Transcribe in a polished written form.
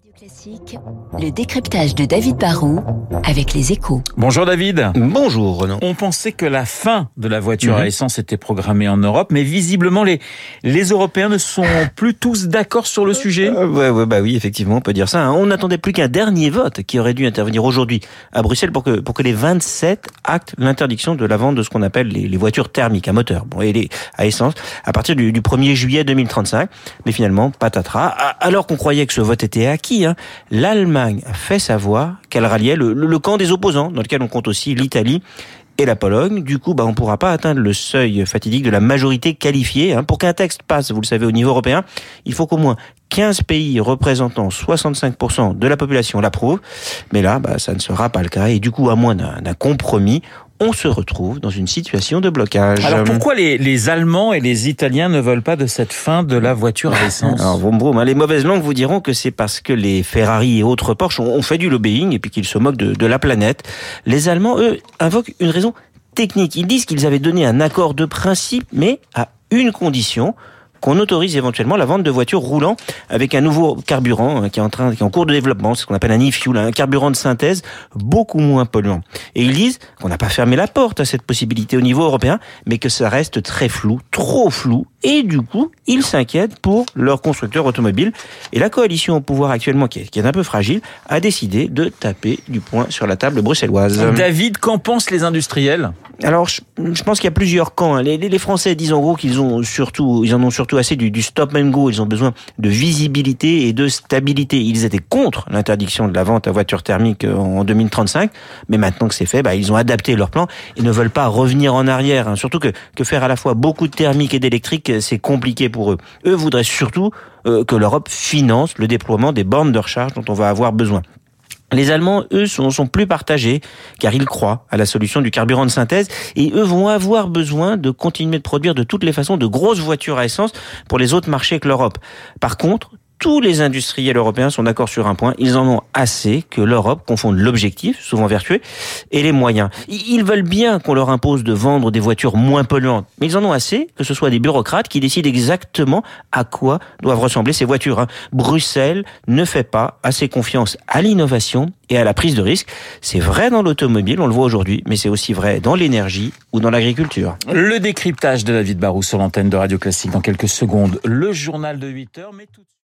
Classique, le décryptage de David Barrault avec les Échos. Bonjour David. Bonjour Renaud. On pensait que la fin de la voiture à essence était programmée en Europe, mais visiblement les Européens ne sont plus tous d'accord sur le sujet. Oui, effectivement, on peut dire ça. On n'attendait plus qu'un dernier vote qui aurait dû intervenir aujourd'hui à Bruxelles pour que les 27 actent l'interdiction de la vente de ce qu'on appelle les voitures thermiques à moteur, et les à essence, à partir du 1er juillet 2035. Mais finalement, patatras. Alors qu'on croyait que ce vote était acquis, l'Allemagne a fait savoir qu'elle ralliait le camp des opposants, dans lequel on compte aussi l'Italie et la Pologne. Du coup, on ne pourra pas atteindre le seuil fatidique de la majorité qualifiée. Pour qu'un texte passe, vous le savez, au niveau européen, il faut qu'au moins 15 pays représentant 65% de la population l'approuvent. Mais là, ça ne sera pas le cas. Et du coup, à moins d'un compromis, on se retrouve dans une situation de blocage. Alors pourquoi les Allemands et les Italiens ne veulent pas de cette fin de la voiture à essence? Alors, vroom, les mauvaises langues vous diront que c'est parce que les Ferrari et autres Porsche ont fait du lobbying et puis qu'ils se moquent de la planète. Les Allemands, eux, invoquent une raison technique. Ils disent qu'ils avaient donné un accord de principe, mais à une condition: qu'on autorise éventuellement la vente de voitures roulant avec un nouveau carburant qui est en cours de développement, c'est ce qu'on appelle un e-fuel, un carburant de synthèse beaucoup moins polluant. Et ils disent qu'on n'a pas fermé la porte à cette possibilité au niveau européen, mais que ça reste très flou, trop flou, et du coup, ils s'inquiètent pour leurs constructeurs automobiles. Et la coalition au pouvoir actuellement, qui est un peu fragile, a décidé de taper du poing sur la table bruxelloise. David, qu'en pensent les industriels? Alors, je pense qu'il y a plusieurs camps. Les Français disent en gros qu'ils en ont surtout assez du stop and go. Ils ont besoin de visibilité et de stabilité. Ils étaient contre l'interdiction de la vente à voitures thermiques en 2035. Mais maintenant que c'est fait, ils ont adapté leur plan. Ils ne veulent pas revenir en arrière. Surtout que faire à la fois beaucoup de thermique et d'électrique, c'est compliqué pour eux. Eux voudraient surtout que l'Europe finance le déploiement des bornes de recharge dont on va avoir besoin. Les Allemands, eux, sont plus partagés, car ils croient à la solution du carburant de synthèse, et eux vont avoir besoin de continuer de produire de toutes les façons de grosses voitures à essence pour les autres marchés que l'Europe. Par contre, tous les industriels européens sont d'accord sur un point: ils en ont assez que l'Europe confonde l'objectif, souvent vertueux, et les moyens. Ils veulent bien qu'on leur impose de vendre des voitures moins polluantes, mais ils en ont assez que ce soit des bureaucrates qui décident exactement à quoi doivent ressembler ces voitures. Bruxelles ne fait pas assez confiance à l'innovation et à la prise de risque. C'est vrai dans l'automobile, on le voit aujourd'hui, mais c'est aussi vrai dans l'énergie ou dans l'agriculture. Le décryptage de David Barrault sur l'antenne de Radio Classique dans quelques secondes. Le journal de 8h, mais tout de suite.